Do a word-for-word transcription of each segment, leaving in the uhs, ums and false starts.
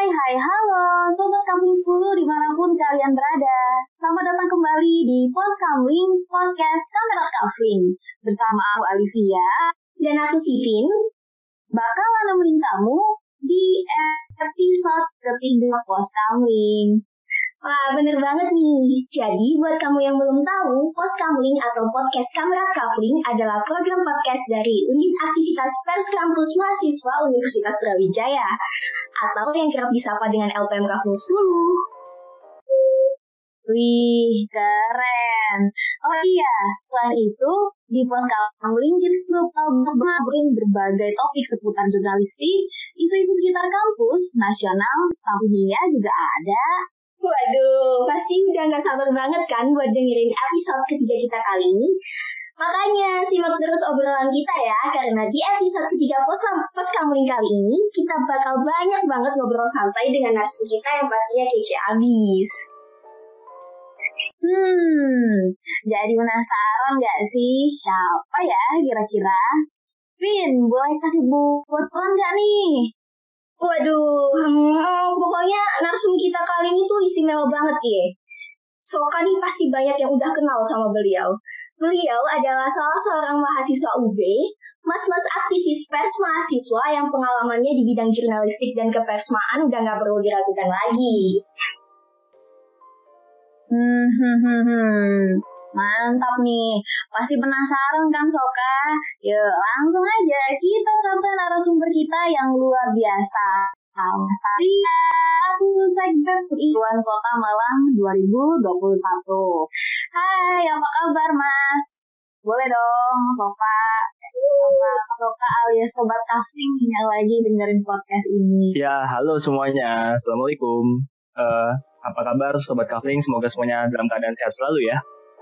hai halo Sobat Kamling sepuluh dimanapun kalian berada. Selamat datang kembali di Pos Kamling Podcast Kamera Kamling. Bersama aku Alivia dan aku Sivin bakalan nemenin kamu di episode ketiga Pos Kamling. Wah, bener banget nih. Jadi, buat kamu yang belum tahu, Pos Kamling atau Podcast Kamera Kamling adalah program podcast dari Unit Aktivitas Pers Kampus Mahasiswa Universitas Brawijaya, atau yang kerap disapa dengan L P M Kamling sepuluh. Wih, keren. Oh iya, selain itu, di Pos Kamling kita juga ngobrolin berbagai topik seputar jurnalistik, isu-isu sekitar kampus, nasional, sampai dunia juga ada. Waduh, pasti udah gak sabar banget kan buat dengerin episode ketiga kita kali ini. Makanya simak terus obrolan kita ya, karena di episode ketiga Pos, Pos Kamling kali ini, kita bakal banyak banget ngobrol santai dengan narasumber kita yang pastinya kece abis. Hmm, jadi penasaran gak sih siapa ya kira-kira? Vin, boleh kasih buat peran gak nih? Waduh, hmm, pokoknya narsum kita kali ini tuh istimewa banget ya. Soalnya nih pasti banyak yang udah kenal sama beliau. Beliau adalah salah seorang mahasiswa U B, mas-mas aktivis pers mahasiswa yang pengalamannya di bidang jurnalistik dan kepersmaan udah gak perlu diragukan lagi. Hmm, hmm, hmm, hmm. Mantap nih, pasti penasaran kan Soka? Yuk langsung aja kita sapa narasumber kita yang luar biasa. Saya aku Sekbeb Iwan Kota Malang dua ribu dua puluh satu. Hai, apa kabar Mas? Boleh dong Soka, Soka, Soka alias Sobat Kamling yang lagi dengerin podcast ini. Ya, halo semuanya. Assalamualaikum. Uh, apa kabar Sobat Kamling? Semoga semuanya dalam keadaan sehat selalu ya.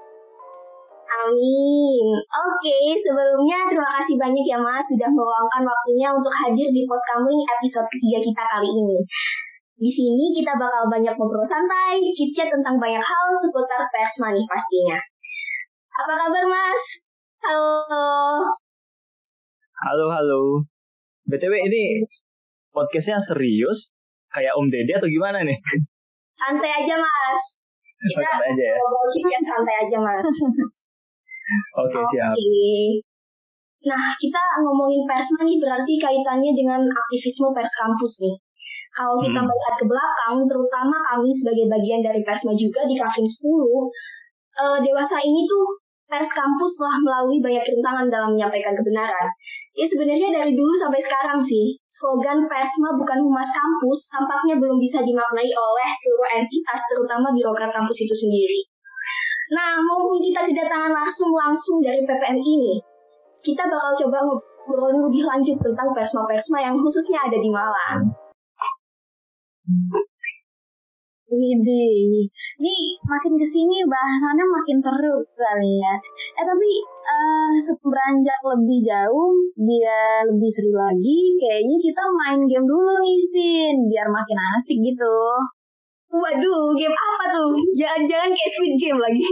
Amin. Oke, sebelumnya terima kasih banyak ya Mas sudah meluangkan waktunya untuk hadir di Pos Kamling episode ketiga kita kali ini. Di sini kita bakal banyak ngobrol santai, chit-chat tentang banyak hal seputar persma nih pastinya. Apa kabar Mas? Halo. Halo, halo. B T W ini podcastnya serius? Kayak Om Dede atau gimana nih? Santai aja Mas. Kita santai aja ya? ngobrol chit-chat santai aja Mas. Oke, okay, siap. Okay. Nah, kita ngomongin persma nih berarti kaitannya dengan aktivisme pers kampus nih. Kalau kita hmm. melihat ke belakang, terutama kami sebagai bagian dari persma juga di Kamling sepuluh, uh, dewasa ini tuh pers kampus telah melalui banyak rintangan dalam menyampaikan kebenaran. Ya sebenarnya dari dulu sampai sekarang sih, slogan persma bukan humas kampus tampaknya belum bisa dimaknai oleh seluruh entitas, terutama birokrat kampus itu sendiri. Nah, mumpung kita kedatangan langsung langsung dari P P M ini, kita bakal coba ngobrol lebih lanjut tentang persma-persma yang khususnya ada di Malang. Widih, ini makin kesini bahasannya makin seru kali ya. Eh tapi uh, beranjak lebih jauh, biar lebih seru lagi, kayaknya kita main game dulu nih, Vin, biar makin asik gitu. Waduh, game apa tuh? Jangan-jangan kayak Squid Game lagi.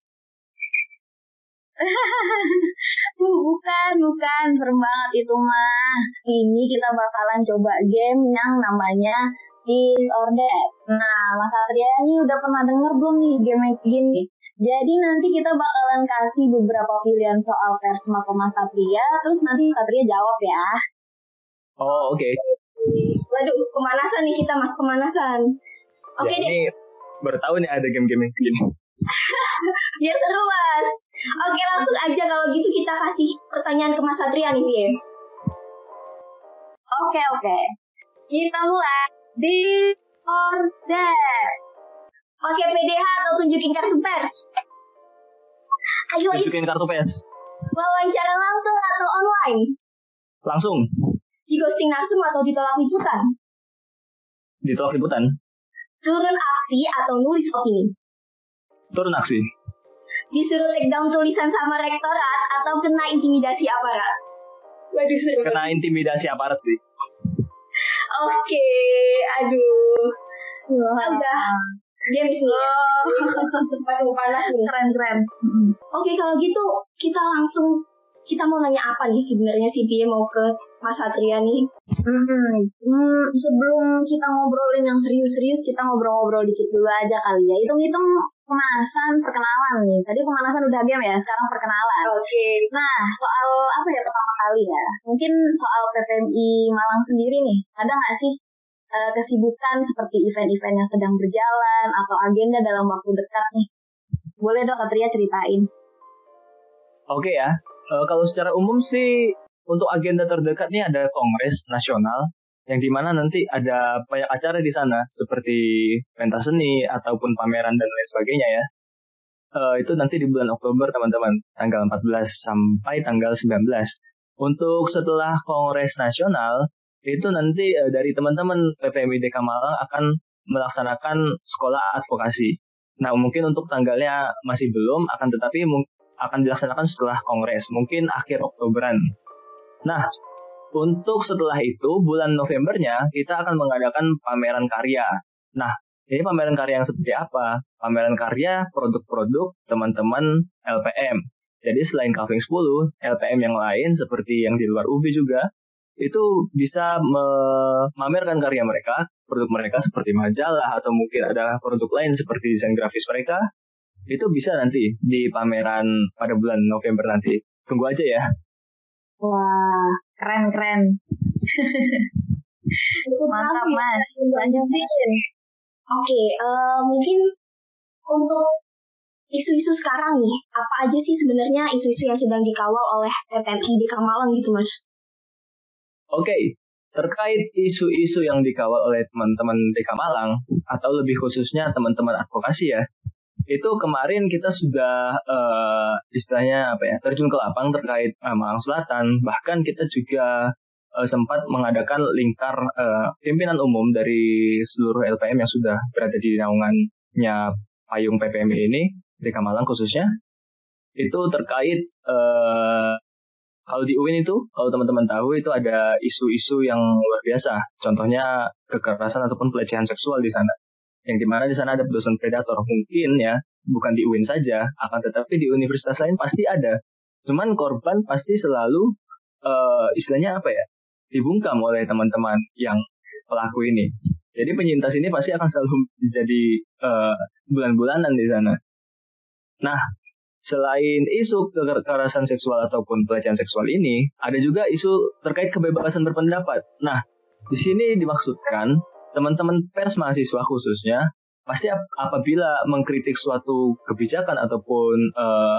bukan, bukan. Serem banget itu mah. Ini kita bakalan coba game yang namanya This or That. Nah, Mas Satria ini udah pernah denger belum nih game kayak gini? Jadi nanti kita bakalan kasih beberapa pilihan soal persma ke Mas Satria, terus nanti Mas Satria jawab ya. Oh, oke. Okay. Waduh, pemanasan nih kita, Mas, pemanasan. Oke okay, ya, deh. Ini baru tahu nih ada game-game yang gini. Biar seru Mas. Oke langsung aja kalau gitu kita kasih pertanyaan ke Mas Satria nih Bim. Oke oke. Kita mulai. This or That. Oke P D H atau tunjukin kartu pers? Ayo ayo. Tunjukin kartu pers. Wawancara langsung atau online? Langsung. Di ghosting narsum atau ditolak liputan? Ditolak liputan. Turun aksi atau nulis opini? Turun aksi. Disuruh take down tulisan sama rektorat atau kena intimidasi aparat? Waduh seru. Kena intimidasi aparat sih. Oke, aduh. Wah. Udah. Games nih. Oh. Waduh panas nih. Keren-keren. Oke kalau gitu kita langsung kita mau nanya apa nih sebenarnya si Pia mau ke Mas Satria nih. Hmm, hmm, sebelum kita ngobrolin yang serius-serius, kita ngobrol-ngobrol dikit dulu aja kali ya. Hitung-hitung pemanasan perkenalan nih. Tadi pemanasan udah game ya, sekarang perkenalan. Oke. Okay. Nah, soal apa ya pertama kali ya? Mungkin soal P P M I Malang sendiri nih. Ada nggak sih uh, kesibukan seperti event-event yang sedang berjalan atau agenda dalam waktu dekat nih? Boleh dong Satria ceritain. Oke okay ya. Uh, kalau secara umum sih untuk agenda terdekat nih ada Kongres Nasional yang dimana nanti ada banyak acara di sana seperti pentas seni ataupun pameran dan lain sebagainya ya. Uh, itu nanti di bulan Oktober teman-teman, tanggal empat belas sampai tanggal sembilan belas. Untuk setelah Kongres Nasional itu nanti uh, dari teman-teman P P M I D K Malang akan melaksanakan sekolah advokasi. Nah mungkin untuk tanggalnya masih belum, akan tetapi mung- akan dilaksanakan setelah Kongres, mungkin akhir Oktoberan. Nah, untuk setelah itu, bulan Novembernya, kita akan mengadakan pameran karya. Nah, ini pameran karya yang seperti apa? Pameran karya produk-produk teman-teman L P M. Jadi selain Kavling sepuluh, L P M yang lain seperti yang di luar U B juga, itu bisa memamerkan karya mereka, produk mereka seperti majalah, atau mungkin ada produk lain seperti desain grafis mereka. Itu bisa nanti di pameran pada bulan November nanti. Tunggu aja ya. Wah, keren-keren. Mantap, Mas. Selanjutnya. Oke, uh, mungkin untuk isu-isu sekarang nih, apa aja sih sebenarnya isu-isu yang sedang dikawal oleh P P M I D K Malang gitu, Mas? Oke, terkait isu-isu yang dikawal oleh teman-teman D K Malang, atau lebih khususnya teman-teman advokasi ya, itu kemarin kita sudah uh, istilahnya apa ya terjun ke lapang terkait uh, Malang Selatan. Bahkan kita juga uh, sempat mengadakan lingkar uh, pimpinan umum dari seluruh L P M yang sudah berada di naungannya payung P P M I ini, D K Malang khususnya. Itu terkait uh, kalau di U I N itu, kalau teman-teman tahu itu ada isu-isu yang luar biasa. Contohnya kekerasan ataupun pelecehan seksual di sana. Yang dimana di sana ada dosen predator, mungkin ya bukan di U I N saja, akan tetapi di universitas lain pasti ada. Cuman korban pasti selalu uh, istilahnya apa ya dibungkam oleh teman-teman yang pelaku ini. Jadi penyintas ini pasti akan selalu menjadi uh, bulan-bulanan di sana. Nah, selain isu kekerasan seksual ataupun pelecehan seksual ini, ada juga isu terkait kebebasan berpendapat. Nah, di sini dimaksudkan teman-teman pers mahasiswa khususnya pasti ap- apabila mengkritik suatu kebijakan ataupun uh,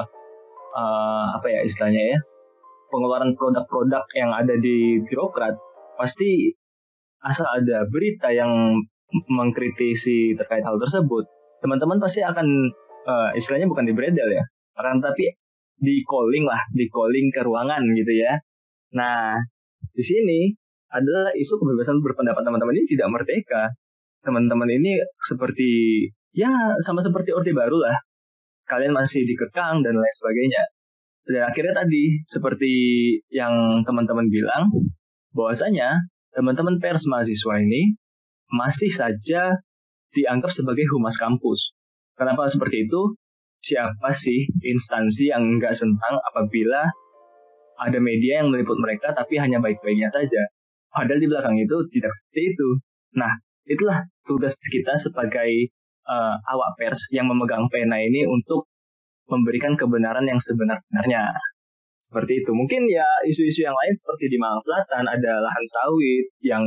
uh, apa ya istilahnya ya pengeluaran produk-produk yang ada di birokrat, pasti asal ada berita yang mengkritisi terkait hal tersebut, teman-teman pasti akan uh, istilahnya bukan dibredel ya, akan tapi di calling lah, di calling ke ruangan gitu ya. Nah di sini adalah isu kebebasan berpendapat teman-teman ini tidak merdeka. Teman-teman ini seperti, ya sama seperti Orde Baru lah. Kalian masih dikekang dan lain sebagainya. Dan akhirnya tadi, seperti yang teman-teman bilang, bahwasanya teman-teman pers mahasiswa ini masih saja dianggap sebagai humas kampus. Kenapa seperti itu? Siapa sih instansi yang enggak senang apabila ada media yang meliput mereka tapi hanya baik-baiknya saja? Padahal di belakang itu tidak seperti itu. Nah, itulah tugas kita sebagai uh, awak pers yang memegang pena ini untuk memberikan kebenaran yang sebenar-benarnya. Seperti itu. Mungkin ya isu-isu yang lain seperti di Malang Selatan ada lahan sawit yang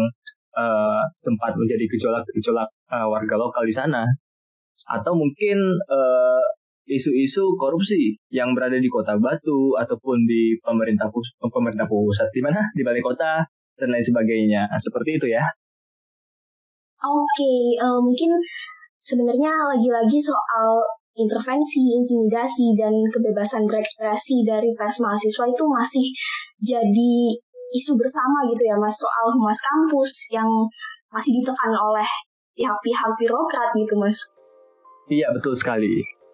uh, sempat menjadi gejolak-gejolak uh, warga lokal di sana. Atau mungkin uh, isu-isu korupsi yang berada di Kota Batu ataupun di pemerintah pus- pemerintah pusat, di mana? Di balai kota dan lain sebagainya. Seperti itu ya. Oke, okay, uh, mungkin sebenarnya lagi-lagi soal intervensi, intimidasi, dan kebebasan berekspresi dari pers mahasiswa itu masih jadi isu bersama gitu ya Mas, soal humas kampus yang masih ditekan oleh pihak-pihak birokrat gitu Mas. Iya, betul sekali.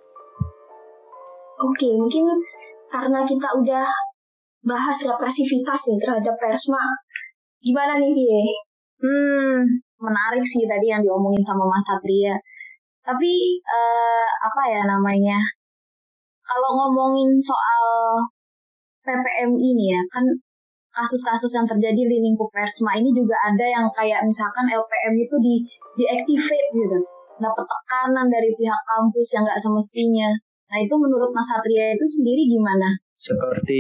Oke, okay, mungkin karena kita udah bahas represivitas nih terhadap persma, gimana nih Vie? Hmm, menarik sih tadi yang diomongin sama Mas Satria. Tapi uh, apa ya namanya? Kalau ngomongin soal P P M I nih ya, kan kasus-kasus yang terjadi di lingkup Persma ini juga ada yang kayak misalkan L P M itu di deactivate gitu, dapat tekanan dari pihak kampus yang nggak semestinya. Nah itu menurut Mas Satria itu sendiri gimana? Seperti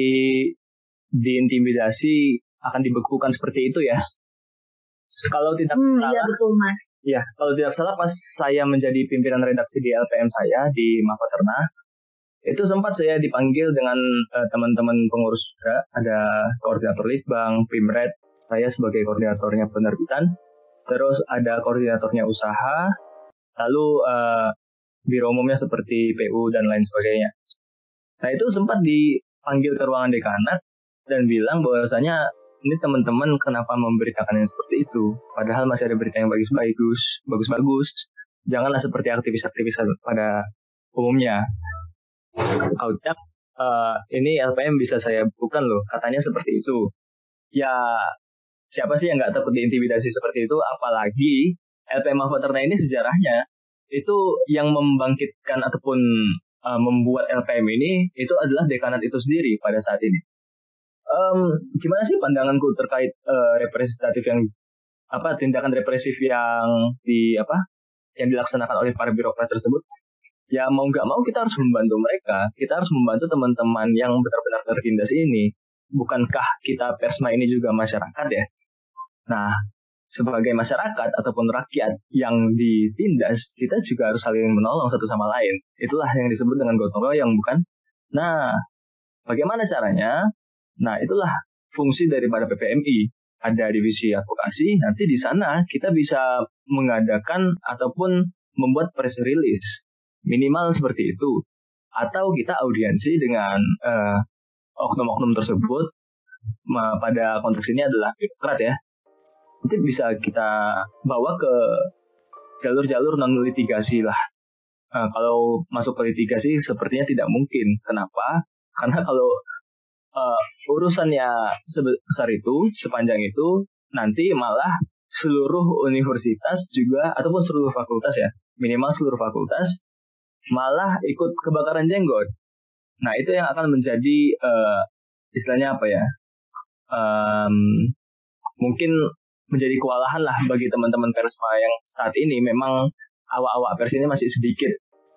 diintimidasi akan dibekukan seperti itu ya. Kalau tidak hmm, salah, iya betul Mas. Ya, kalau tidak salah pas saya menjadi pimpinan redaksi di L P M saya di Mahpaterna, itu sempat saya dipanggil dengan uh, teman-teman pengurus juga, ada koordinator Litbang, Pimred, saya sebagai koordinatornya penerbitan, terus ada koordinatornya usaha, lalu uh, biro umumnya seperti P U dan lain sebagainya. Nah itu sempat dipanggil ke ruangan dekanat dan bilang bahwasanya ini teman-teman kenapa memberitakan yang seperti itu, padahal masih ada berita yang bagus-bagus, bagus-bagus. Janganlah seperti aktivis-aktivis pada umumnya. Kalau tidak, uh, ini L P M bisa saya bukan loh, katanya seperti itu. Ya, siapa sih yang nggak takut diintimidasi seperti itu? Apalagi L P M Mahpaterna ini sejarahnya itu yang membangkitkan ataupun uh, membuat L P M ini itu adalah dekanat itu sendiri pada saat ini. Um, gimana sih pandanganku terkait uh, representatif yang apa tindakan represif yang di apa yang dilaksanakan oleh para birokrat tersebut? Ya mau nggak mau kita harus membantu mereka, kita harus membantu teman-teman yang benar-benar tertindas ini. Bukankah kita Persma ini juga masyarakat ya? Nah, sebagai masyarakat ataupun rakyat yang ditindas, kita juga harus saling menolong satu sama lain. Itulah yang disebut dengan gotong royong, bukan? Nah, bagaimana caranya? Nah, itulah fungsi daripada P P M I. Ada divisi advokasi, nanti di sana kita bisa mengadakan ataupun membuat press release. Minimal seperti itu. Atau kita audiensi dengan uh, oknum-oknum tersebut. Ma, pada konteks ini adalah birokrat ya. Nanti bisa kita bawa ke jalur-jalur non-litigasi lah. Uh, kalau masuk ke litigasi sepertinya tidak mungkin. Kenapa? Karena kalau uh, urusannya sebesar itu, sepanjang itu, nanti malah seluruh universitas juga, ataupun seluruh fakultas ya, minimal seluruh fakultas, malah ikut kebakaran jenggot. Nah itu yang akan menjadi uh, istilahnya apa ya, um, mungkin menjadi kewalahan lah bagi teman-teman Persma yang saat ini memang awak-awak pers ini masih sedikit.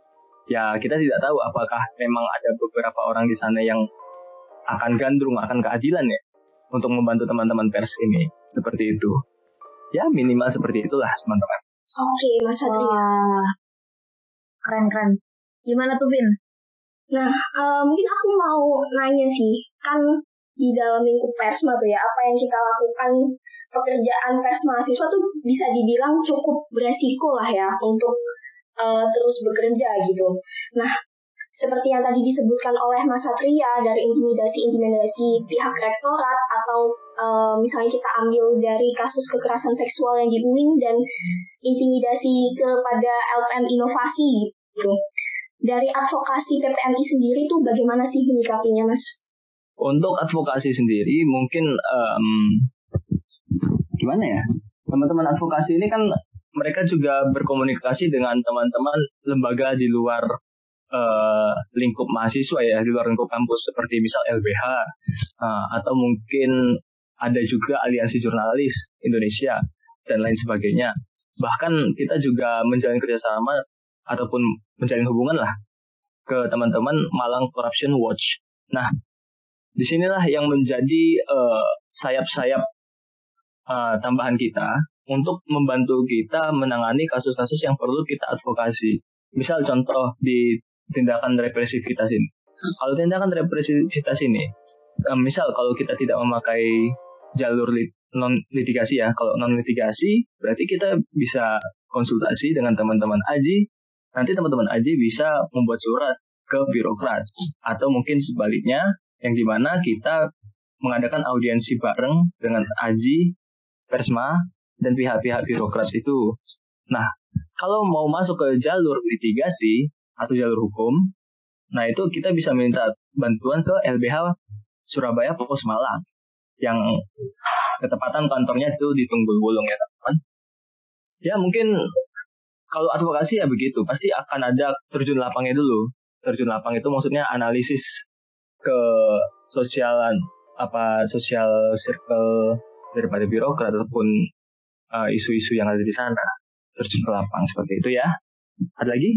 Ya kita tidak tahu apakah memang ada beberapa orang di sana yang akan gandrung akan keadilan ya untuk membantu teman-teman pers ini seperti itu. Ya minimal seperti itulah teman-teman. Oke Mas Satria. Wah. Keren-keren. Gimana tuh, Vin? Nah, uh, mungkin aku mau nanya sih, kan di dalam lingkup Persma tuh ya, apa yang kita lakukan, pekerjaan pers mahasiswa tuh bisa dibilang cukup beresiko lah ya untuk uh, terus bekerja gitu. Nah, seperti yang tadi disebutkan oleh Mas Satria dari intimidasi-intimidasi pihak rektorat atau uh, misalnya kita ambil dari kasus kekerasan seksual yang di U I N dan intimidasi kepada L P M Inovasi gitu. Dari advokasi P P M I sendiri tuh bagaimana sih menyikapinya, Mas? Untuk advokasi sendiri mungkin um, gimana ya? Teman-teman advokasi ini kan mereka juga berkomunikasi dengan teman-teman lembaga di luar uh, lingkup mahasiswa ya, di luar lingkup kampus seperti misal L B H uh, atau mungkin ada juga Aliansi Jurnalis Indonesia dan lain sebagainya. Bahkan kita juga menjalin kerjasama ataupun menjalin hubungan lah ke teman-teman Malang Corruption Watch. Nah, disinilah yang menjadi uh, sayap-sayap uh, tambahan kita untuk membantu kita menangani kasus-kasus yang perlu kita advokasi. Misal contoh di tindakan represivitas ini. Kalau tindakan represivitas ini, uh, misal kalau kita tidak memakai jalur lit- non-litigasi ya, kalau non-litigasi berarti kita bisa konsultasi dengan teman-teman Aji. Nanti teman-teman Aji bisa membuat surat ke birokrat atau mungkin sebaliknya yang dimana kita mengadakan audiensi bareng dengan Aji, Persma dan pihak-pihak birokrat itu. Nah, kalau mau masuk ke jalur litigasi atau jalur hukum, nah itu kita bisa minta bantuan ke L B H Surabaya Pos Malang yang ketepatan kantornya itu di Tunggul Wulung ya teman-teman. Ya mungkin kalau advokasi ya begitu, pasti akan ada terjun lapangnya dulu. Terjun lapang itu maksudnya analisis ke sosialan apa sosial circle daripada birokrat ataupun uh, isu-isu yang ada di sana terjun ke lapang seperti itu ya. Ada lagi?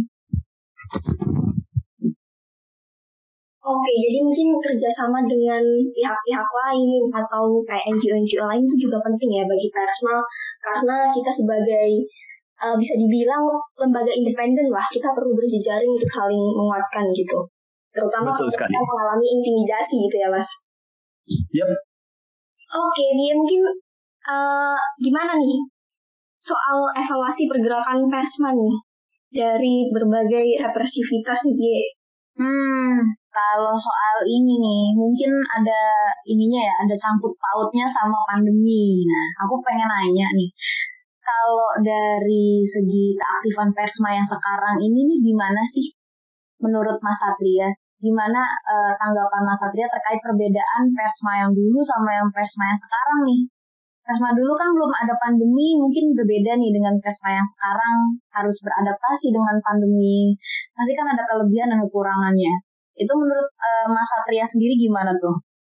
Oke, jadi mungkin kerjasama dengan pihak-pihak lain atau kayak N G O-N G O lain itu juga penting ya bagi Persma, karena kita sebagai uh, bisa dibilang lembaga independen lah, kita perlu berjejaring untuk saling menguatkan gitu. Terutama kalau kita mengalami intimidasi gitu ya, Mas. Yep. Oke, dia mungkin uh, gimana nih soal evaluasi pergerakan Persma nih dari berbagai represivitas nih dia. Hmm, kalau soal ini nih, mungkin ada ininya ya, ada sangkut pautnya sama pandemi. Nah, aku pengen nanya nih, kalau dari segi keaktifan Persma yang sekarang ini nih gimana sih menurut Mas Satria? Gimana uh, tanggapan Mas Satria terkait perbedaan Persma yang dulu sama yang Persma yang sekarang nih? Persma dulu kan belum ada pandemi, mungkin berbeda nih dengan Persma yang sekarang harus beradaptasi dengan pandemi. Pasti kan ada kelebihan dan kekurangannya. Itu menurut uh, Mas Satria sendiri gimana tuh?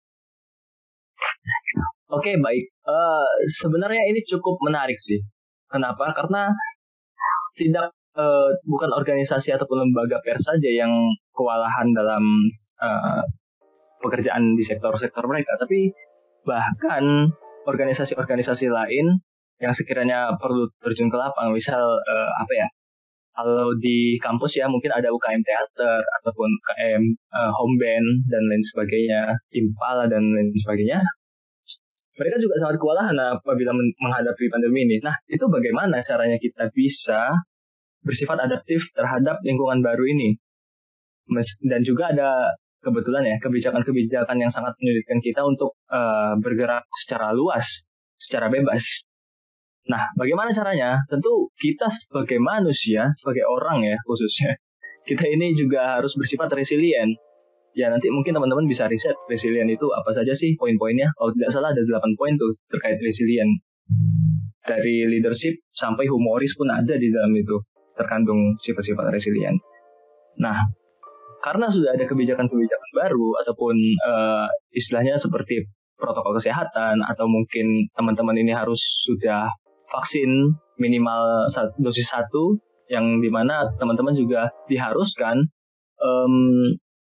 Oke, okay, baik. Uh, sebenarnya ini cukup menarik sih. Kenapa? Karena tidak uh, bukan organisasi ataupun lembaga pers saja yang kewalahan dalam uh, pekerjaan di sektor-sektor mereka, tapi bahkan organisasi-organisasi lain yang sekiranya perlu terjun ke lapang, misal uh, apa ya? Kalau di kampus ya mungkin ada U K M teater ataupun U K M uh, home band dan lain sebagainya, Impala dan lain sebagainya. Mereka juga sangat kewalahan apabila menghadapi pandemi ini. Nah, itu bagaimana caranya kita bisa bersifat adaptif terhadap lingkungan baru ini? Dan juga ada kebetulan ya kebijakan-kebijakan yang sangat menyulitkan kita untuk uh, bergerak secara luas, secara bebas. Nah, bagaimana caranya? Tentu kita sebagai manusia, sebagai orang ya khususnya, kita ini juga harus bersifat resilient. Ya nanti mungkin teman-teman bisa riset resilient itu apa saja sih poin-poinnya. Kalau tidak salah ada delapan poin tuh terkait resilient. Dari leadership sampai humoris pun ada di dalam itu terkandung sifat-sifat resilient. Nah, karena sudah ada kebijakan-kebijakan baru ataupun uh, istilahnya seperti protokol kesehatan atau mungkin teman-teman ini harus sudah vaksin minimal dosis satu yang dimana teman-teman juga diharuskan um,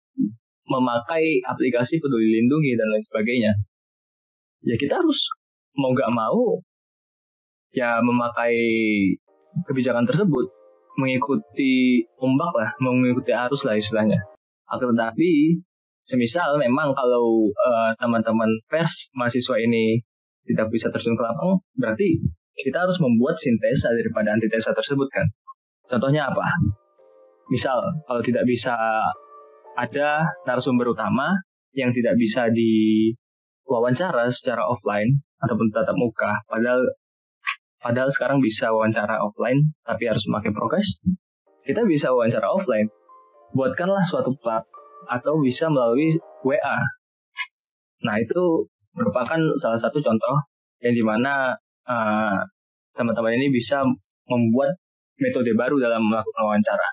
memakai aplikasi Peduli Lindungi dan lain sebagainya. Ya kita harus mau gak mau ya memakai kebijakan tersebut, mengikuti ombak lah, mengikuti arus lah istilahnya. Akan tetapi, semisal memang kalau uh, teman-teman pers mahasiswa ini tidak bisa terjun ke lapang, berarti kita harus membuat sintesa daripada antitesa tersebut kan. Contohnya apa? Misal kalau tidak bisa ada narasumber utama yang tidak bisa diwawancara secara offline ataupun tatap muka, padahal Padahal sekarang bisa wawancara offline, tapi harus memakai prokes. Kita bisa wawancara offline. Buatkanlah suatu plat atau bisa melalui W A. Nah, itu merupakan salah satu contoh yang dimana uh, teman-teman ini bisa membuat metode baru dalam melakukan wawancara.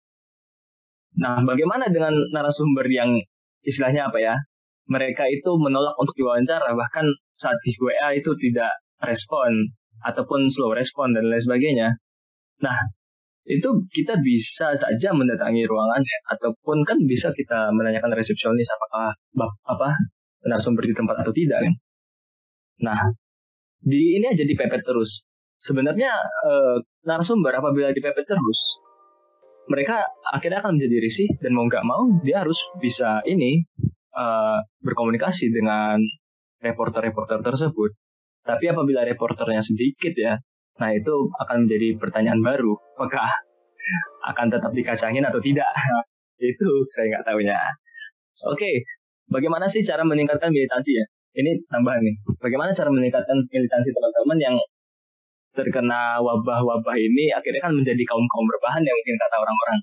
Nah, bagaimana dengan narasumber yang istilahnya apa ya? Mereka itu menolak untuk diwawancara, bahkan saat di W A itu tidak respon ataupun slow respon dan lain sebagainya. Nah, itu kita bisa saja mendatangi ruangannya ataupun kan bisa kita menanyakan resepsionis apakah apa narasumber di tempat atau tidak kan. Nah, di ini aja dipepet terus. Sebenarnya eh, narasumber apabila dipepet terus, mereka akhirnya akan menjadi risih dan mau nggak mau dia harus bisa ini eh, berkomunikasi dengan reporter-reporter tersebut. Tapi apabila reporternya sedikit ya, nah itu akan menjadi pertanyaan baru. Apakah akan tetap dikacangin atau tidak? Itu saya nggak tahunya. Oke, bagaimana sih cara meningkatkan militansi ya? Ini tambahan nih. Bagaimana cara meningkatkan militansi teman-teman yang terkena wabah-wabah ini akhirnya kan menjadi kaum-kaum berbahan yang mungkin kata orang-orang.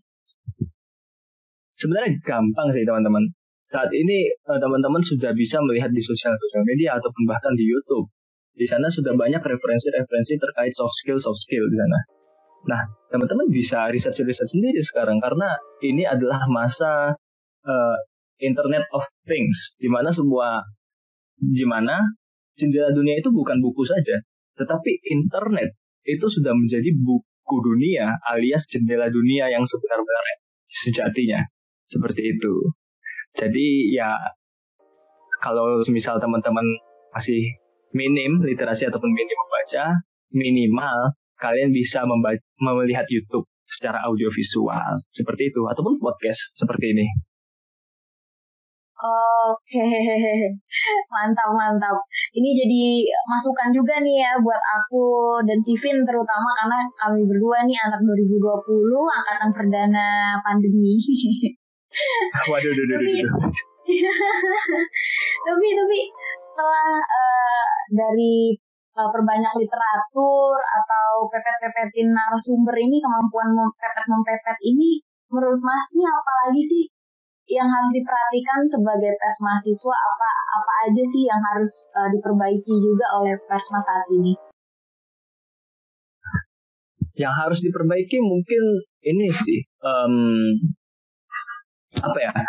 Sebenarnya gampang sih teman-teman. Saat ini teman-teman sudah bisa melihat di sosial-sosial media ataupun bahkan di YouTube. Di sana sudah banyak referensi-referensi terkait soft skill, soft skill di sana. Nah, teman-teman bisa riset-riset sendiri sekarang karena ini adalah masa uh, Internet of Things, di mana sebuah di mana jendela dunia itu bukan buku saja, tetapi internet itu sudah menjadi buku dunia alias jendela dunia yang sebenar-benarnya sejatinya. Seperti itu. Jadi ya kalau misal teman-teman masih minim literasi ataupun minim membaca, minimal kalian bisa membaca, melihat YouTube secara audiovisual seperti itu ataupun podcast seperti ini. Oke, mantap mantap. Ini jadi masukan juga nih ya buat aku dan si Vin terutama karena kami berdua nih anak dua ribu dua puluh angkatan perdana pandemi. Waduh, waduh, waduh, waduh. tapi tapi setelah uh, dari uh, perbanyak literatur atau pepet-pepetin narasumber ini, kemampuan mempepet-mempepet ini, menurut Mas nih apa lagi sih yang harus diperhatikan sebagai pers mahasiswa? Apa apa aja sih yang harus uh, diperbaiki juga oleh persma saat ini? Yang harus diperbaiki mungkin ini sih um, apa ya,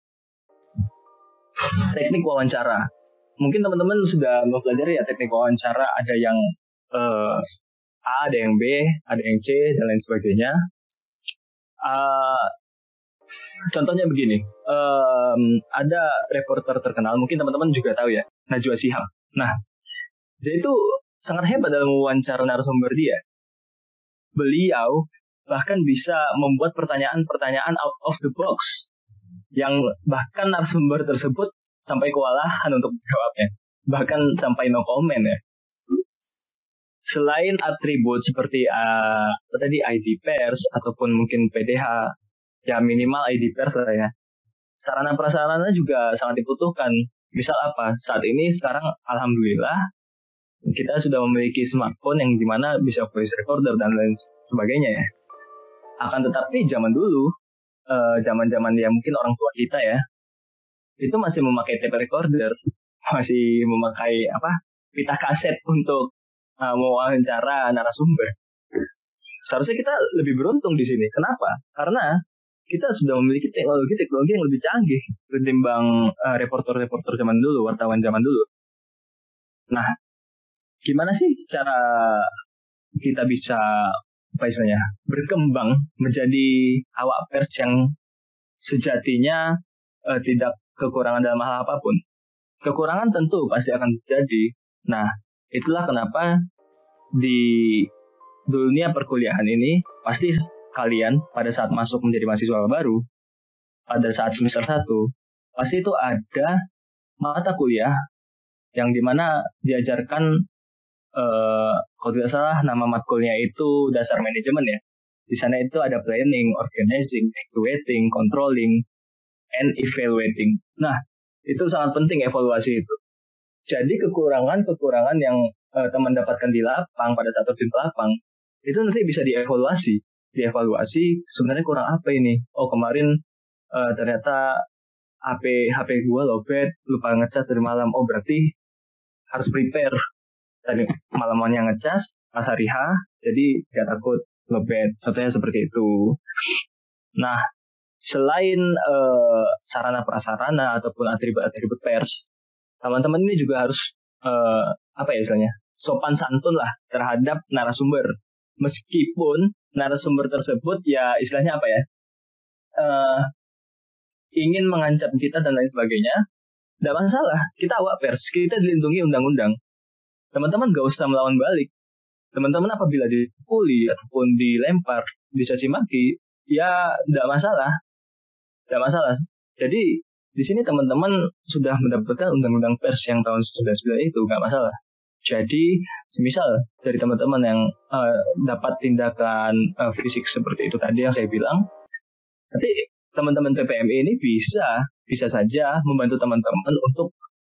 teknik wawancara. Mungkin teman-teman sudah mempelajari ya teknik wawancara. Ada yang uh, A, ada yang B, ada yang C dan lain sebagainya. Uh, contohnya begini, um, ada reporter terkenal, mungkin teman-teman juga tahu ya, Najwa Shihab. Nah, dia itu sangat hebat dalam wawancara narasumber dia. Beliau bahkan bisa membuat pertanyaan-pertanyaan out of the box yang bahkan narasumber tersebut sampai kewalahan untuk menjawabnya, bahkan sampai no comment ya. Selain atribut seperti uh, tadi I D pers ataupun mungkin P D H, ya minimal I D pers lah ya. Sarana prasarana juga sangat dibutuhkan. Misal apa? Saat ini sekarang alhamdulillah kita sudah memiliki smartphone yang dimana bisa voice recorder dan lain sebagainya ya. Akan tetapi zaman dulu, uh, zaman-zaman ya mungkin orang tua kita ya, itu masih memakai tape recorder, masih memakai apa pita kaset untuk uh, mewawancara narasumber. Seharusnya kita lebih beruntung di sini. Kenapa? Karena kita sudah memiliki teknologi-teknologi yang lebih canggih ketimbang uh, reporter-reporter zaman dulu, wartawan zaman dulu. Nah, gimana sih cara kita bisa apa istilahnya berkembang menjadi awak pers yang sejatinya uh, tidak kekurangan dalam hal apapun? Kekurangan tentu pasti akan terjadi. Nah, itulah kenapa di dunia perkuliahan ini pasti kalian pada saat masuk menjadi mahasiswa baru, pada saat semester satu, pasti itu ada mata kuliah yang dimana diajarkan uh, kalau tidak salah nama matkulnya itu dasar manajemen ya. Di sana itu ada planning, organizing, evaluating, controlling, and evaluating. Nah, itu sangat penting evaluasi itu. Jadi kekurangan-kekurangan yang uh, teman dapatkan di lapang pada saat terjun ke lapang, itu nanti bisa dievaluasi. Dievaluasi sebenarnya kurang apa ini? Oh kemarin uh, ternyata H P H P gue lowbat, lupa ngecas dari malam. Oh berarti harus prepare. Tadi malamannya ngecas, pas hari H, jadi gak takut lowbat. Contohnya seperti itu. Nah, selain uh, sarana prasarana ataupun atribut-atribut pers, teman-teman ini juga harus uh, apa ya istilahnya sopan santun lah terhadap narasumber. Meskipun narasumber tersebut ya istilahnya apa ya uh, ingin mengancam kita dan lain sebagainya, tidak masalah. Kita awak pers, kita dilindungi undang-undang. Teman-teman gak usah melawan balik. Teman-teman apabila dipukuli ataupun dilempar, dicaci maki, ya tidak masalah. Tidak masalah. Jadi di sini teman-teman sudah mendapatkan undang-undang pers yang tahun sembilan puluh sembilan itu, nggak masalah. Jadi semisal dari teman-teman yang uh, dapat tindakan uh, fisik seperti itu tadi yang saya bilang, nanti teman-teman P P M I ini bisa bisa saja membantu teman-teman untuk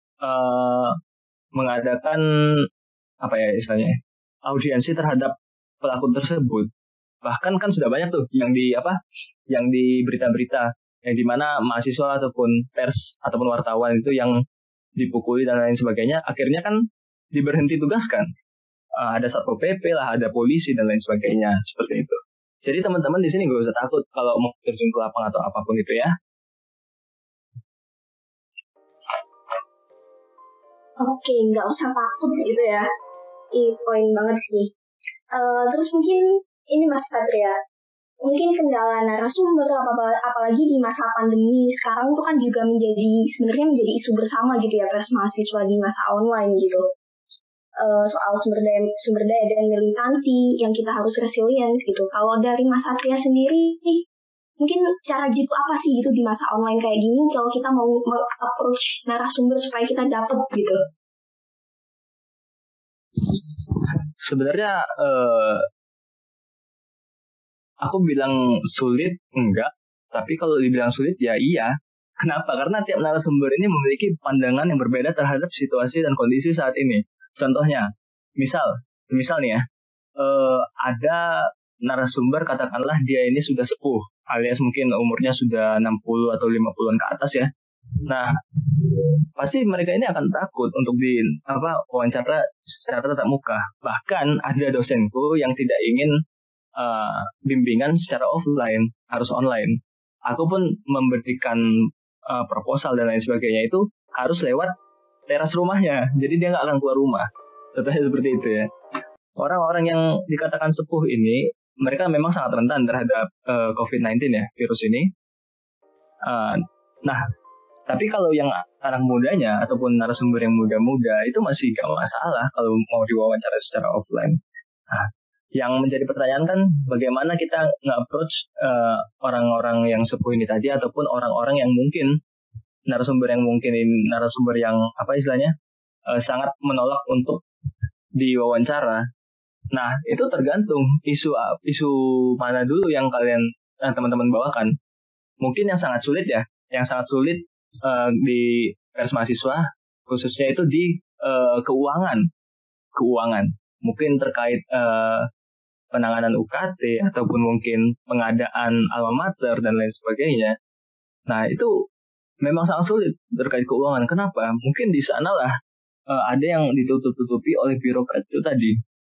uh, mengadakan apa ya istilahnya audiensi terhadap pelaku tersebut. Bahkan kan sudah banyak tuh yang di apa yang di berita-berita yang dimana mahasiswa ataupun pers ataupun wartawan itu yang dipukuli dan lain sebagainya, akhirnya kan diberhenti tugaskan. Uh, ada satpol P P lah, ada polisi dan lain sebagainya seperti itu. Jadi teman-teman di sini gak usah takut kalau mau terjun ke lapang atau apapun itu ya. Oke, nggak usah takut gitu ya. Ini poin banget sih. Uh, terus mungkin ini Mas Satria, mungkin kendala narasumber apalagi di masa pandemi sekarang itu kan juga menjadi sebenarnya menjadi isu bersama gitu ya pers mahasiswa di masa online gitu. Uh, soal sumber daya sumber daya dan militansi yang kita harus resilience gitu. Kalau dari Mas Satria sendiri, mungkin cara jitu apa sih gitu di masa online kayak gini kalau kita mau approach narasumber supaya kita dapat gitu? Sebenarnya uh, aku bilang sulit enggak, tapi kalau dibilang sulit ya iya. Kenapa? Karena tiap narasumber ini memiliki pandangan yang berbeda terhadap situasi dan kondisi saat ini. Contohnya, misal, misal nih ya, uh, ada narasumber katakanlah dia ini sudah sepuh, alias mungkin umurnya sudah enam puluh atau lima puluhan ke atas ya. Nah, pasti mereka ini akan takut untuk di apa wawancara secara tatap muka. Bahkan ada dosenku yang tidak ingin uh, bimbingan secara offline, harus online. Aku pun memberikan uh, proposal dan lain sebagainya itu harus lewat teras rumahnya. Jadi dia nggak akan keluar rumah. Contohnya seperti itu ya. Orang-orang yang dikatakan sepuh ini, mereka memang sangat rentan terhadap uh, covid sembilan belas ya, virus ini. Uh, nah, tapi kalau yang anak mudanya ataupun narasumber yang muda-muda itu masih gak masalah kalau mau diwawancara secara offline. Nah, yang menjadi pertanyaan kan bagaimana kita nge-approach uh, orang-orang yang sepuh ini tadi ataupun orang-orang yang mungkin narasumber yang mungkin narasumber yang apa istilahnya uh, sangat menolak untuk diwawancara. Nah, itu tergantung isu isu mana dulu yang kalian uh, teman-teman bawakan. Mungkin yang sangat sulit ya, yang sangat sulit Uh, di pers mahasiswa khususnya itu di uh, keuangan keuangan mungkin terkait uh, penanganan U K T ataupun mungkin pengadaan alma mater dan lain sebagainya. Nah itu memang sangat sulit terkait keuangan. Kenapa? Mungkin di sanalah uh, ada yang ditutup-tutupi oleh birokrat itu tadi.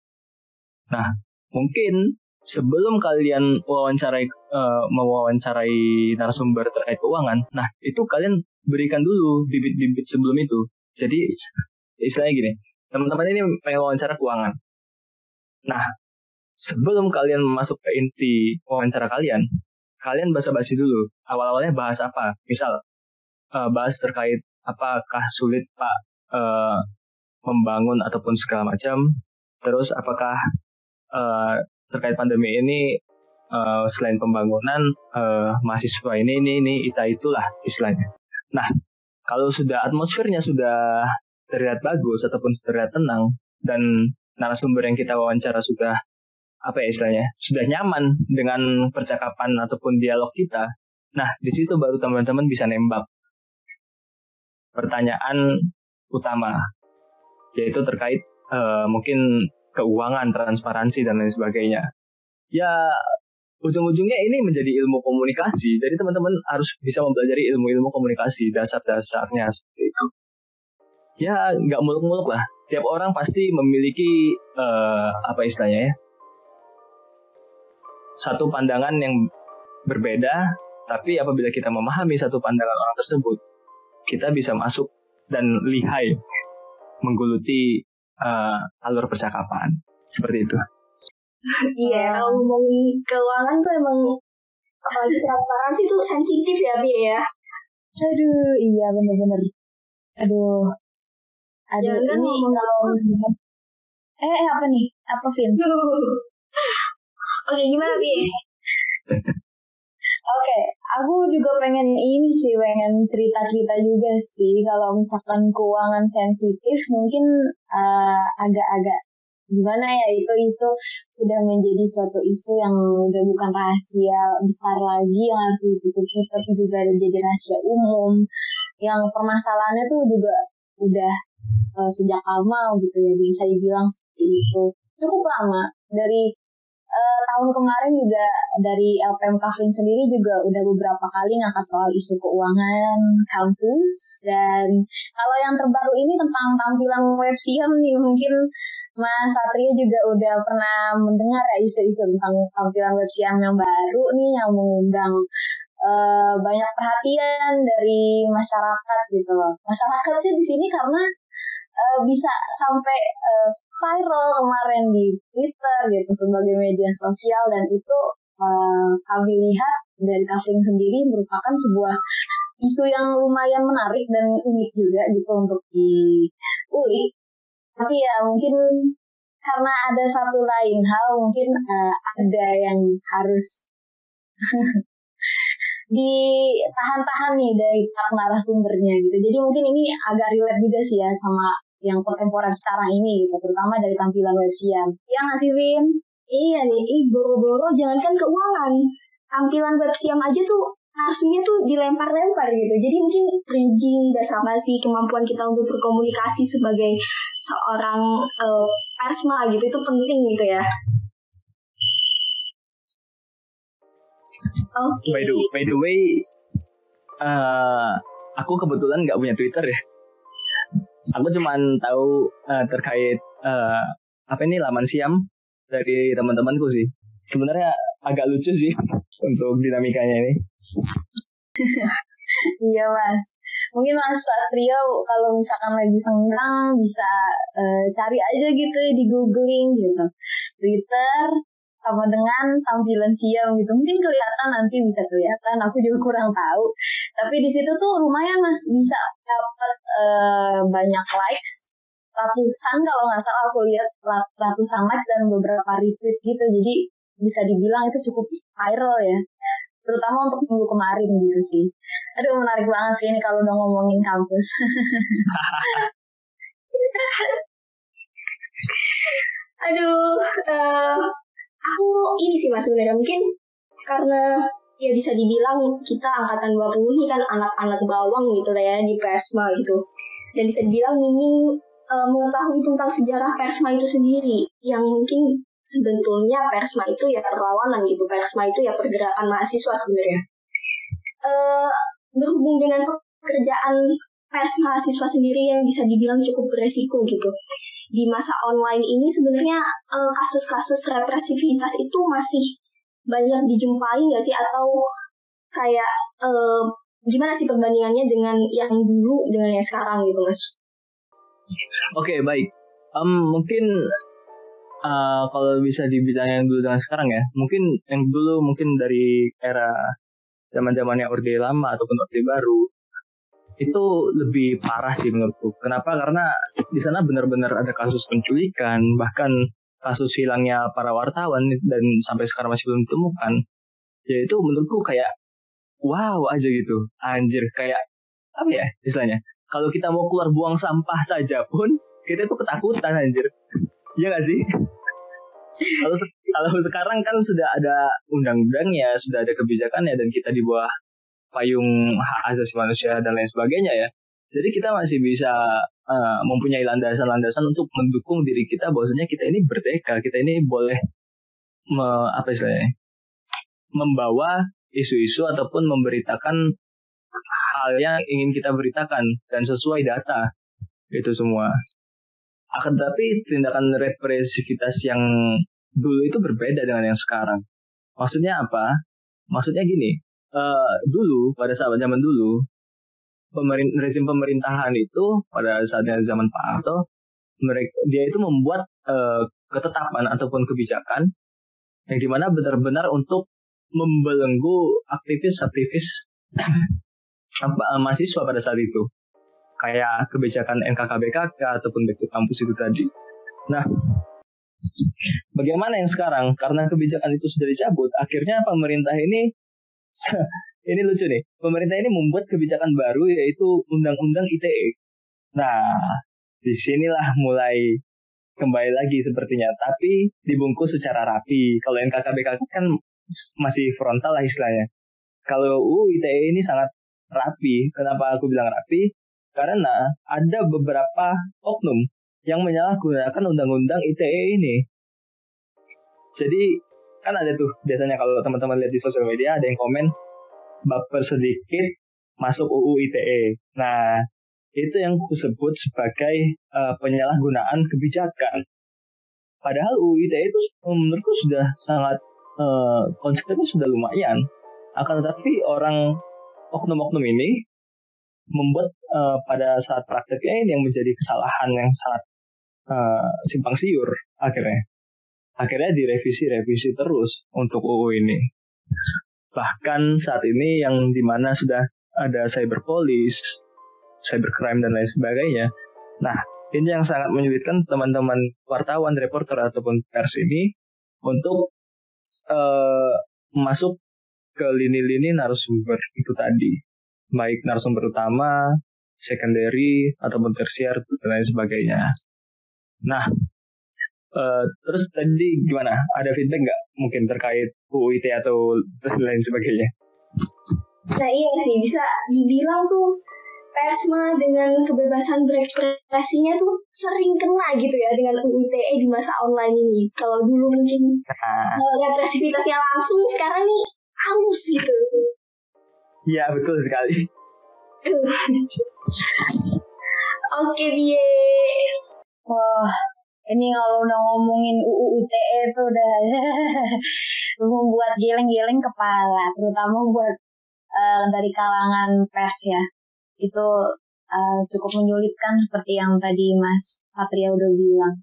Nah mungkin sebelum kalian wawancarai uh, mewawancarai narasumber terkait keuangan, nah itu kalian berikan dulu bibit-bibit sebelum itu. Jadi istilahnya gini, teman-teman ini pengen wawancara keuangan. Nah, sebelum kalian masuk ke inti wawancara kalian, kalian basa-basi dulu. Awal-awalnya bahas apa? Misal uh, bahas terkait apakah sulit Pak uh, membangun ataupun segala macam. Terus apakah uh, terkait pandemi ini uh, selain pembangunan uh, mahasiswa ini ini ini ita itulah istilahnya. Nah, kalau sudah atmosfernya sudah terlihat bagus ataupun terlihat tenang dan narasumber yang kita wawancara sudah apa ya istilahnya sudah nyaman dengan percakapan ataupun dialog kita. Nah, di situ baru teman-teman bisa nembak pertanyaan utama, yaitu terkait uh, mungkin keuangan, transparansi, dan lain sebagainya. Ya, ujung-ujungnya ini menjadi ilmu komunikasi. Jadi teman-teman harus bisa mempelajari ilmu-ilmu komunikasi, dasar-dasarnya seperti itu. Ya, nggak muluk-muluk lah. Tiap orang pasti memiliki, uh, apa istilahnya ya, satu pandangan yang berbeda, tapi apabila kita memahami satu pandangan orang tersebut, kita bisa masuk dan lihai menggeluti Uh, alur percakapan seperti itu. Iya, kalau ngomongin keuangan tuh emang apalagi transparansi itu sensitif ya, Bi ya. Aduh, iya benar-benar. Aduh, aduh Jangan ini kalau eh, eh apa nih? Apa Vin? Oke, gimana Bi? Oke, okay, aku juga pengen ini sih, pengen cerita-cerita juga sih. Kalau misalkan keuangan sensitif, mungkin uh, agak-agak gimana ya, itu itu sudah menjadi suatu isu yang udah bukan rahasia besar lagi yang harus ditutupi, tapi juga menjadi rahasia umum. Yang permasalahannya tuh juga udah uh, sejak lama gitu ya, bisa dibilang seperti itu. Cukup lama dari Uh, tahun kemarin juga dari L P M Kavling sendiri juga udah beberapa kali ngangkat soal isu keuangan kampus. Dan kalau yang terbaru ini tentang tampilan web Siam nih, mungkin Mas Satria juga udah pernah mendengar ya isu-isu tentang tampilan web Siam yang baru nih, yang mengundang uh, banyak perhatian dari masyarakat gitu loh. Masyarakatnya di sini karena uh, bisa sampai uh, viral kemarin di Twitter gitu sebagai media sosial, dan itu uh, kami lihat dari Kavling sendiri merupakan sebuah isu yang lumayan menarik dan unik juga gitu untuk diulik. Tapi ya mungkin karena ada satu lain hal, mungkin uh, ada yang harus ditahan-tahan nih dari narasumbernya gitu. Jadi mungkin ini agak relate juga sih ya sama yang kontemporer sekarang ini gitu, terutama dari tampilan websiam. Ya nggak sih, Vin? Iya nih, ih boro-boro jangankan keuangan, tampilan websiam aja tuh narsumnya tuh dilempar-lempar gitu. Jadi mungkin bridging gak sama sih kemampuan kita untuk berkomunikasi sebagai seorang uh, persma gitu, itu penting gitu ya. Okay. By the by the way, uh, aku kebetulan nggak punya Twitter ya. Aku cuma tahu uh, terkait uh, apa ini laman siam dari teman-temanku sih. Sebenarnya agak lucu sih untuk dinamikanya ini. Iya Mas, mungkin Mas Satrio kalau misalkan lagi senggang bisa uh, cari aja gitu di googling gitu Twitter sama dengan tampilan siam gitu, mungkin kelihatan, nanti bisa kelihatan, aku juga kurang tahu. Tapi di situ tuh lumayan Mas, bisa dapat uh, banyak likes, ratusan kalau nggak salah aku lihat, ratusan likes dan beberapa retweet gitu. Jadi bisa dibilang itu cukup viral ya, terutama untuk minggu kemarin gitu sih. Aduh, menarik banget sih ini kalau udah ngomongin kampus. Aduh, uh, aku ini sih Mas sebenarnya mungkin karena ya bisa dibilang kita angkatan dua puluh ini kan anak-anak bawang gitu lah ya di Persma gitu. Dan bisa dibilang minim uh, mengetahui tentang sejarah Persma itu sendiri, yang mungkin sebetulnya Persma itu ya perlawanan gitu. Persma itu ya pergerakan mahasiswa sebenarnya. Uh, berhubung dengan pekerjaan pers mahasiswa sendiri yang bisa dibilang cukup beresiko gitu. Di masa online ini sebenarnya uh, kasus-kasus represivitas itu masih banyak dijumpai nggak sih? Atau kayak uh, gimana sih perbandingannya dengan yang dulu dengan yang sekarang gitu Mas? Oke, okay, baik. Um, mungkin uh, kalau bisa dibilang yang dulu dengan sekarang ya, mungkin yang dulu mungkin dari era zaman-zamannya Orde Lama ataupun Orde Baru itu lebih parah sih menurutku. Kenapa? Karena di sana benar-benar ada kasus penculikan, bahkan kasus hilangnya para wartawan dan sampai sekarang masih belum ditemukan. Ya itu menurutku kayak wow aja gitu. Anjir, kayak apa ya istilahnya? Kalau kita mau keluar buang sampah saja pun kita tuh ketakutan anjir. Iya nggak sih? Kalau kalau sekarang kan sudah ada undang-undangnya, sudah ada kebijakannya, dan kita di bawah payung hak asasi manusia dan lain sebagainya ya. Jadi kita masih bisa uh, mempunyai landasan-landasan untuk mendukung diri kita bahwasanya kita ini merdeka, kita ini boleh me, apa istilahnya, membawa isu-isu ataupun memberitakan hal yang ingin kita beritakan dan sesuai data itu semua. Akan tetapi tindakan represivitas yang dulu itu berbeda dengan yang sekarang. Maksudnya apa? Maksudnya gini. Uh, dulu pada saat zaman dulu pemerin, rezim pemerintahan itu pada saatnya zaman Pak Harto, mereka dia itu membuat uh, ketetapan ataupun kebijakan yang dimana benar-benar untuk membelenggu aktivis-aktivis mahasiswa pada saat itu, kayak kebijakan N K K B K K ataupun Back to Campus itu tadi. Nah, bagaimana yang sekarang? Karena kebijakan itu sudah dicabut, akhirnya pemerintah ini ini lucu nih, pemerintah ini membuat kebijakan baru yaitu Undang-Undang I T E. Nah, disinilah mulai kembali lagi sepertinya, tapi dibungkus secara rapi. Kalau N K K B K kan masih frontal lah istilahnya. Kalau U U I T E ini sangat rapi. Kenapa aku bilang rapi? Karena ada beberapa oknum yang menyalahgunakan Undang-Undang I T E ini. Jadi kan ada tuh biasanya kalau teman-teman lihat di sosial media ada yang komen baper sedikit masuk U U I T E. Nah, itu yang kusebut sebagai uh, penyalahgunaan kebijakan. Padahal U U I T E itu menurutku sudah sangat uh, konsepnya sudah lumayan. Akan tetapi orang oknum-oknum ini membuat uh, pada saat prakteknya ini yang menjadi kesalahan yang sangat uh, simpang siur akhirnya. Akhirnya direvisi-revisi terus untuk U U ini. Bahkan saat ini yang dimana sudah ada cyberpolice, cybercrime dan lain sebagainya. Nah, ini yang sangat menyulitkan teman-teman wartawan, reporter ataupun pers ini untuk uh, masuk ke lini-lini narasumber itu tadi. Baik narasumber utama, secondary, ataupun tersier, dan lain sebagainya. Nah, uh, terus tadi gimana? Ada feedback nggak mungkin terkait U U I T E atau lain sebagainya? Nah iya sih, bisa dibilang tuh persma dengan kebebasan berekspresinya tuh sering kena gitu ya dengan U U I T E di masa online ini. Kalau dulu mungkin uh, represivitasnya langsung, sekarang nih halus gitu. Iya betul sekali. Oke Bie. Wah, ini kalau udah ngomongin U U I T E itu udah membuat geleng-geleng kepala, terutama buat uh, dari kalangan pers ya. Itu uh, cukup menyulitkan seperti yang tadi Mas Satria udah bilang.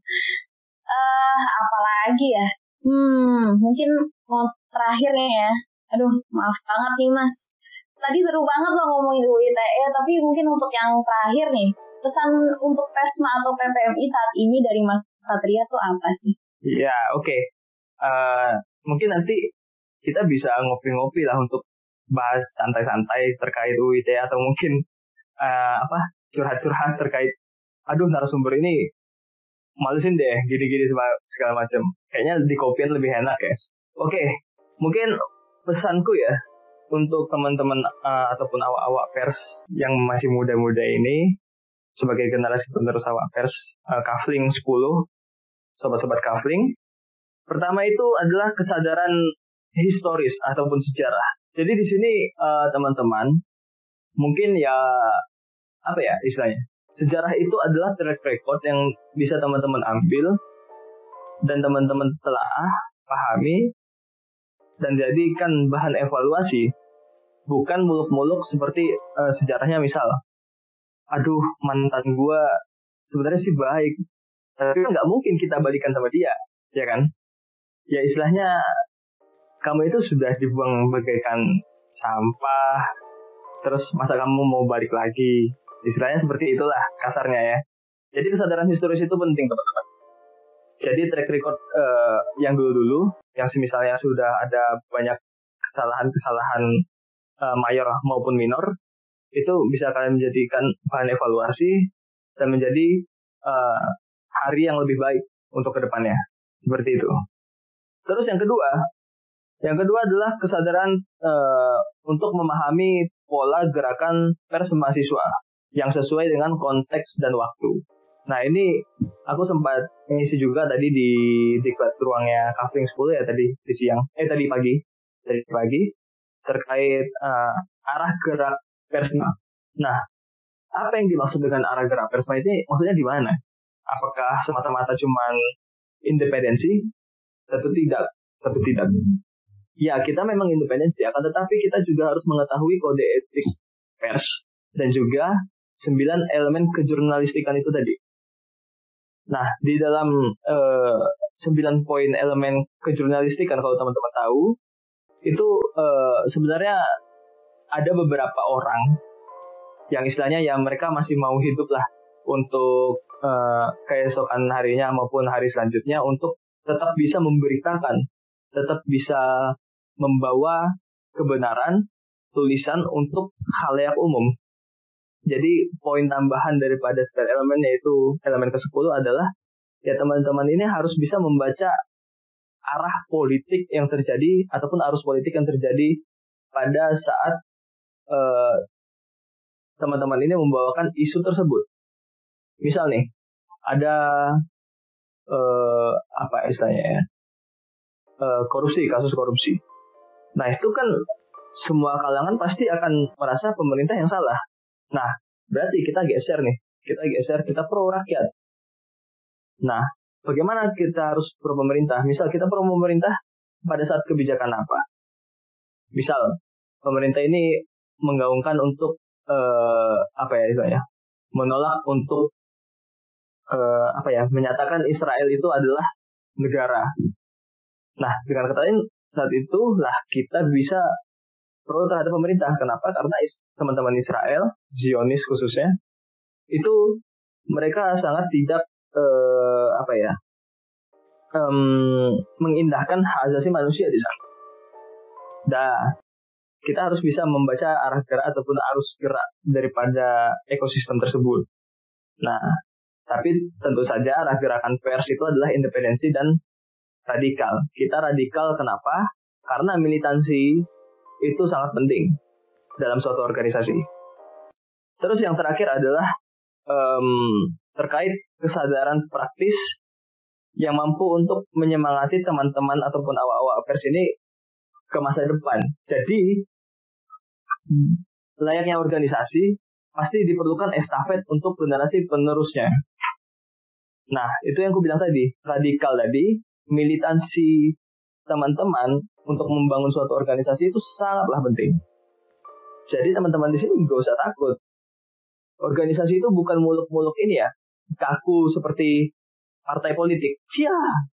Uh, apalagi ya? Hmm, mungkin mau terakhir ya. Aduh, maaf banget nih Mas. Tadi seru banget loh ngomongin U U I T E, tapi mungkin untuk yang terakhir nih, pesan untuk Persma atau P P M I saat ini dari Mas Satria tuh apa sih? Iya, oke. Okay. Uh, mungkin nanti kita bisa ngopi-ngopi lah untuk bahas santai-santai terkait U U I T E atau mungkin uh, apa curhat-curhat terkait, aduh narasumber ini malesin deh, gini-gini segala macam. Kayaknya di kopian lebih enak ya. Oke, okay. Mungkin pesanku ya untuk teman-teman uh, ataupun awak-awak pers yang masih muda-muda ini sebagai generasi penerus awak pers uh, Kafling sepuluh, sobat-sobat Kafling. Pertama itu adalah kesadaran historis ataupun sejarah. Jadi di sini uh, teman-teman mungkin ya apa ya istilahnya? Sejarah itu adalah track record yang bisa teman-teman ambil dan teman-teman telaah, pahami dan jadikan bahan evaluasi, bukan muluk-muluk seperti uh, sejarahnya misal, aduh mantan gue sebenarnya sih baik, tapi nggak mungkin kita balikan sama dia, ya kan? Ya istilahnya kamu itu sudah dibuang bagaikan sampah, terus masa kamu mau balik lagi? Istilahnya seperti itulah kasarnya ya. Jadi kesadaran historis itu penting teman-teman. Jadi track record uh, yang dulu-dulu, yang misalnya sudah ada banyak kesalahan-kesalahan uh, mayor maupun minor, itu bisa kalian menjadikan bahan evaluasi dan menjadi uh, hari yang lebih baik untuk kedepannya. Seperti itu. Terus yang kedua, yang kedua adalah kesadaran uh, untuk memahami pola gerakan pers mahasiswa yang sesuai dengan konteks dan waktu. Nah ini aku sempat ngisi juga tadi di diklat ruangnya Kafling sepuluh ya tadi di siang, eh tadi pagi, tadi pagi terkait uh, arah gerak persma. Nah apa yang dimaksud dengan arah gerak persma ini maksudnya di mana? Apakah semata-mata cuman independensi? Tentu tidak, tentu tidak. Ya kita memang independensi, akan tetapi kita juga harus mengetahui kode etik pers dan juga sembilan elemen kejurnalistikan itu tadi. Nah, di dalam uh, sembilan poin elemen kejurnalistikan kalau teman-teman tahu, itu uh, sebenarnya ada beberapa orang yang istilahnya ya mereka masih mau hidup lah untuk uh, keesokan harinya maupun hari selanjutnya untuk tetap bisa memberitakan, tetap bisa membawa kebenaran tulisan untuk khalayak umum. Jadi poin tambahan daripada sembilan elemen yaitu elemen kesepuluh adalah ya teman-teman ini harus bisa membaca arah politik yang terjadi ataupun arus politik yang terjadi pada saat uh, teman-teman ini membawakan isu tersebut. Misal nih ada uh, apa istilahnya ya uh, korupsi, kasus korupsi. Nah itu kan semua kalangan pasti akan merasa pemerintah yang salah. Nah, berarti kita geser nih. Kita geser, kita pro rakyat. Nah, bagaimana kita harus pro pemerintah? Misal kita pro pemerintah pada saat kebijakan apa? Misal, pemerintah ini menggaungkan untuk uh, apa ya istilahnya menolak untuk uh, apa ya menyatakan Israel itu adalah negara. Nah, dengan kata lain saat itulah kita bisa pro terhadap pemerintah. Kenapa? Karena is- teman-teman Israel, Zionis khususnya, itu mereka sangat tidak uh, apa ya um, mengindahkan hak asasi manusia di sana. Dah, kita harus bisa membaca arah gerak ataupun arus gerak daripada ekosistem tersebut. Nah, tapi tentu saja arah gerakan pers itu adalah independensi dan radikal. Kita radikal kenapa? Karena militansi itu sangat penting dalam suatu organisasi. Terus yang terakhir adalah um, terkait kesadaran praktis yang mampu untuk menyemangati teman-teman ataupun awak-awak pers ini ke masa depan. Jadi layaknya organisasi pasti diperlukan estafet untuk generasi penerusnya. Nah, itu yang aku bilang tadi, radikal tadi, militansi teman-teman untuk membangun suatu organisasi itu sangatlah penting. Jadi teman-teman di sini nggak usah takut. Organisasi itu bukan muluk-muluk ini ya, kaku seperti partai politik. Cia.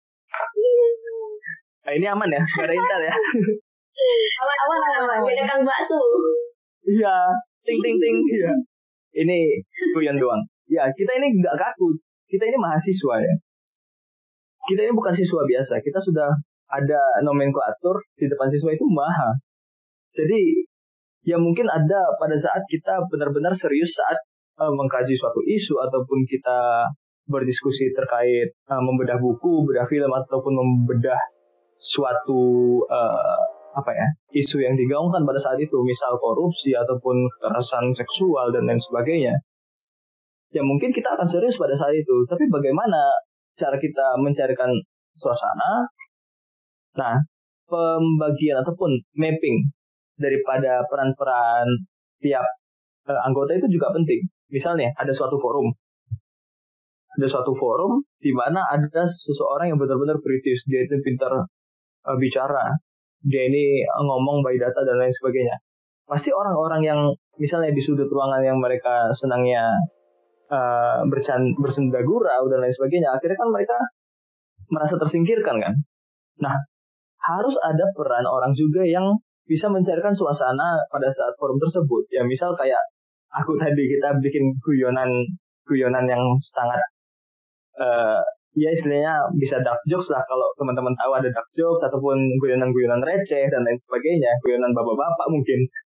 Nah, ini aman ya, nggak ada intel ya. Awan, awan, awan. Beda Kang Bakso. Iya, ting ting ting. Iya. Ini guyon doang. Ya, kita ini nggak kaku. Kita ini mahasiswa ya. Kita ini bukan siswa biasa. Kita sudah ada nomenklatur di depan siswa itu maha. Jadi ya mungkin ada pada saat kita benar-benar serius saat uh, mengkaji suatu isu ataupun kita berdiskusi terkait uh, membedah buku, bedah film ataupun membedah suatu uh, apa ya isu yang digaungkan pada saat itu, misal korupsi ataupun kekerasan seksual dan lain sebagainya. Ya mungkin kita akan serius pada saat itu. Tapi bagaimana cara kita mencarikan suasana? Nah, pembagian ataupun mapping daripada peran-peran tiap uh, anggota itu juga penting. Misalnya ada suatu forum, ada suatu forum di mana ada seseorang yang benar-benar kritis, dia itu pintar uh, bicara, dia ini ngomong by data dan lain sebagainya. Pasti orang-orang yang misalnya di sudut ruangan yang mereka senangnya uh, bercanda, bersenda gurau dan lain sebagainya, akhirnya kan mereka merasa tersingkirkan kan. Nah, harus ada peran orang juga yang bisa mencarikan suasana pada saat forum tersebut. Ya misal kayak aku tadi, kita bikin guyonan guyonan yang sangat uh, ya istilahnya bisa dark jokes lah, kalau teman-teman tahu ada dark jokes ataupun guyonan-guyonan receh dan lain sebagainya, guyonan bapak-bapak mungkin.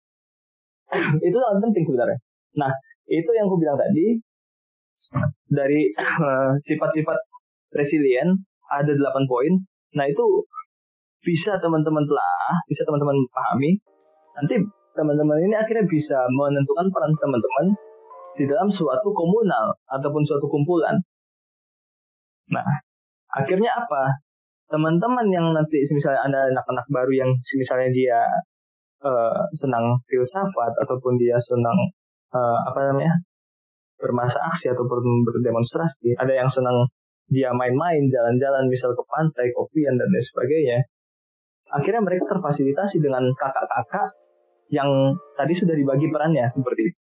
Itu sangat penting sebenarnya. Nah, itu yang aku bilang tadi, dari uh, sifat-sifat resilient ada delapan poin. Nah, itu bisa teman-teman telah, bisa teman-teman pahami. Nanti teman-teman ini akhirnya bisa menentukan peran teman-teman di dalam suatu komunal ataupun suatu kumpulan. Nah, akhirnya apa? Teman-teman yang nanti misalnya ada anak-anak baru yang misalnya dia uh, senang filsafat ataupun dia senang uh, apa namanya bermasa aksi ataupun berdemonstrasi, ada yang senang dia main-main, jalan-jalan, misal ke pantai, kopian dan lain sebagainya. Akhirnya mereka terfasilitasi dengan kakak-kakak yang tadi sudah dibagi perannya seperti itu.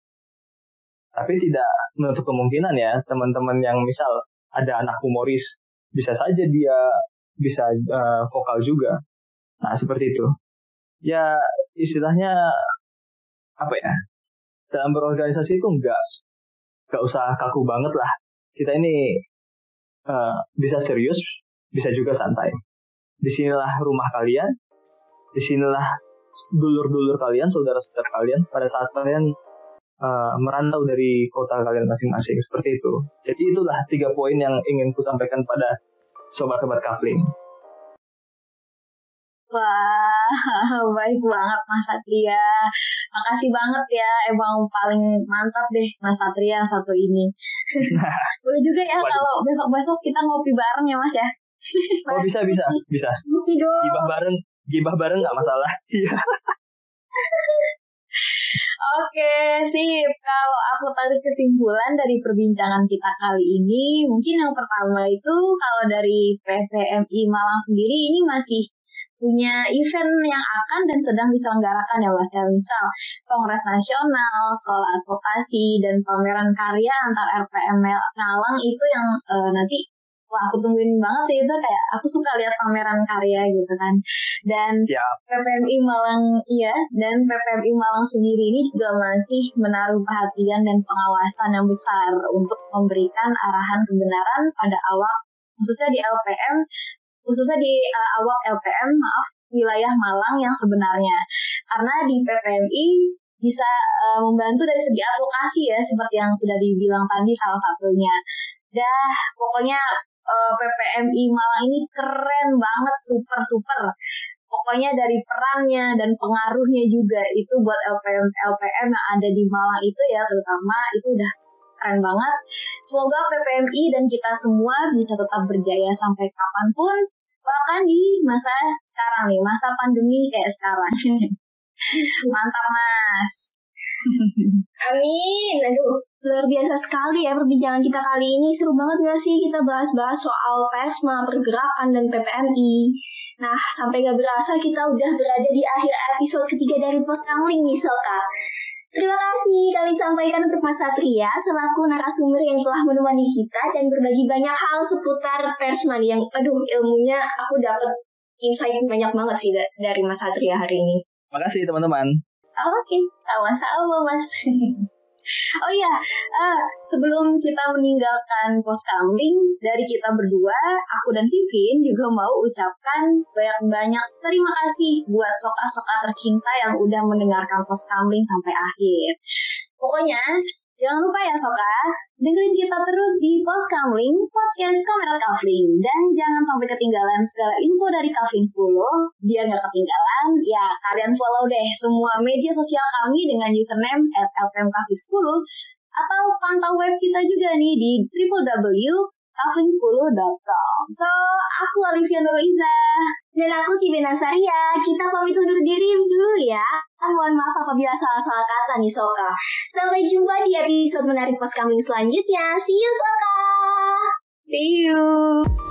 Tapi tidak menutup kemungkinan ya, teman-teman yang misal ada anak humoris, bisa saja dia bisa uh, vokal juga. Nah, seperti itu. Ya, istilahnya apa ya? Dalam berorganisasi itu enggak enggak usah kaku banget lah. Kita ini uh, bisa serius, bisa juga santai. Disinilah rumah kalian, disinilah dulur-dulur kalian, saudara-saudara kalian pada saat kalian uh, merantau dari kota kalian masing-masing, seperti itu. Jadi itulah tiga poin yang ingin ku sampaikan pada sobat-sobat Kapling. Wah, baik banget Mas Satria. Makasih banget ya, emang paling mantap deh Mas Satria yang satu ini. Boleh juga ya kalau besok-besok kita ngopi bareng ya Mas ya. Oh bisa bisa bisa. Gibah bareng, gibah bareng nggak masalah. Iya. Oke, sip. Kalau aku tarik kesimpulan dari perbincangan kita kali ini, mungkin yang pertama itu kalau dari P V M I Malang sendiri ini masih punya event yang akan dan sedang diselenggarakan ya Mas ya, misal Kongres Nasional, Sekolah Advokasi, dan pameran karya antar R P M Malang itu yang uh, nanti wah aku tungguin banget sih, itu kayak aku suka lihat pameran karya gitu kan. Dan ya. P P M I Malang iya dan P P M I Malang sendiri ini juga masih menaruh perhatian dan pengawasan yang besar untuk memberikan arahan kebenaran pada awak khususnya di L P M khususnya di uh, awak L P M maaf wilayah Malang yang sebenarnya, karena di P P M I bisa uh, membantu dari segi advokasi ya, seperti yang sudah dibilang tadi salah satunya. Dah pokoknya uh, P P M I Malang ini keren banget, super super. Pokoknya dari perannya dan pengaruhnya juga itu buat L P M L P M yang ada di Malang itu ya, terutama itu udah keren banget. Semoga P P M I dan kita semua bisa tetap berjaya sampai kapanpun, bahkan di masa sekarang nih, masa pandemi kayak sekarang. Mantap Mas. Amin. Aduh, luar biasa sekali ya perbincangan kita kali ini. Seru banget gak sih kita bahas-bahas soal Persma, pergerakan, dan P P M I. Nah, sampai gak berasa kita udah berada di akhir episode ketiga dari Poskamling nih Soka. Terima kasih kami sampaikan untuk Mas Satria selaku narasumber yang telah menemani kita dan berbagi banyak hal seputar Persma yang aduh ilmunya aku dapat insight banyak banget sih dari Mas Satria hari ini. Makasih teman-teman. Oke, sama-sama Mas. Oh iya, uh, sebelum kita meninggalkan Poskamling, dari kita berdua, aku dan Sivin juga mau ucapkan banyak-banyak terima kasih buat soka-soka tercinta yang udah mendengarkan Poskamling sampai akhir. Pokoknya, jangan lupa ya Soka, dengerin kita terus di Poskamling, podcast Komenat Kavling. Dan jangan sampai ketinggalan segala info dari Kavling sepuluh. Biar gak ketinggalan, ya kalian follow deh semua media sosial kami dengan username at l p m kavling sepuluh. Atau pantau web kita juga nih di w w w dot kavling sepuluh dot com. So, aku Olivia Nurliza. Dan aku Sivin Nasaria. Kita pamit undur diri dulu ya. Mohon maaf apabila salah-salah kata nih Soka. Sampai jumpa di episode menarik Poskamling selanjutnya. See you Soka. See you.